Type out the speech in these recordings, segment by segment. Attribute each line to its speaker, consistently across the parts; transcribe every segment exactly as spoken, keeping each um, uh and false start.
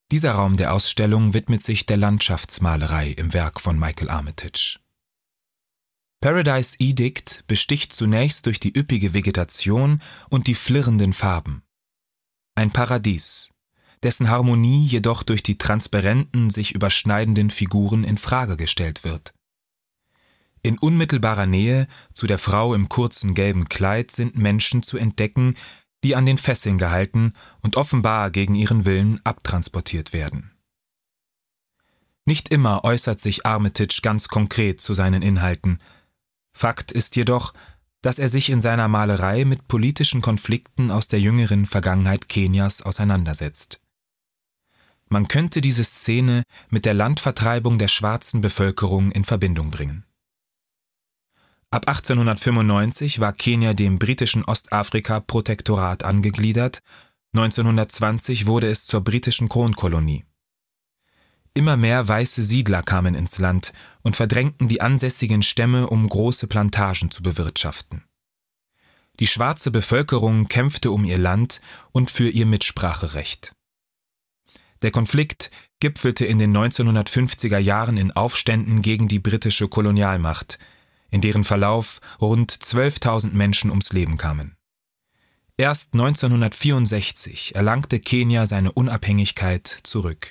Speaker 1: Dieser Raum der Ausstellung widmet sich der Landschaftsmalerei im Werk von Michael Armitage. Paradise Edict besticht zunächst durch die üppige Vegetation und die flirrenden Farben. Ein Paradies, dessen Harmonie jedoch durch die transparenten, sich überschneidenden Figuren in Frage gestellt wird. In unmittelbarer Nähe zu der Frau im kurzen gelben Kleid sind Menschen zu entdecken, die an den Fesseln gehalten und offenbar gegen ihren Willen abtransportiert werden. Nicht immer äußert sich Armitage ganz konkret zu seinen Inhalten. Fakt ist jedoch, dass er sich in seiner Malerei mit politischen Konflikten aus der jüngeren Vergangenheit Kenias auseinandersetzt. Man könnte diese Szene mit der Landvertreibung der schwarzen Bevölkerung in Verbindung bringen. Ab achtzehnhundertfünfundneunzig war Kenia dem britischen Ostafrika-Protektorat angegliedert, neunzehnhundertzwanzig wurde es zur britischen Kronkolonie. Immer mehr weiße Siedler kamen ins Land und verdrängten die ansässigen Stämme, um große Plantagen zu bewirtschaften. Die schwarze Bevölkerung kämpfte um ihr Land und für ihr Mitspracherecht. Der Konflikt gipfelte in den neunzehnhundertfünfziger Jahren in Aufständen gegen die britische Kolonialmacht, in deren Verlauf rund zwölftausend Menschen ums Leben kamen. Erst neunzehnhundertvierundsechzig erlangte Kenia seine Unabhängigkeit zurück.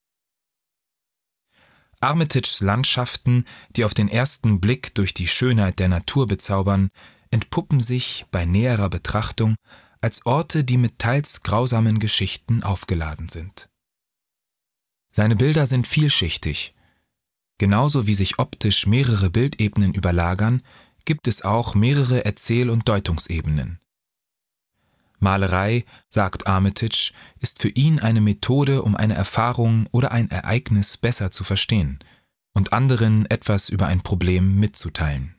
Speaker 1: Armitages Landschaften, die auf den ersten Blick durch die Schönheit der Natur bezaubern, entpuppen sich bei näherer Betrachtung als Orte, die mit teils grausamen Geschichten aufgeladen sind. Seine Bilder sind vielschichtig. Genauso wie sich optisch mehrere Bildebenen überlagern, gibt es auch mehrere Erzähl- und Deutungsebenen. Malerei, sagt Armitage, ist für ihn eine Methode, um eine Erfahrung oder ein Ereignis besser zu verstehen und anderen etwas über ein Problem mitzuteilen.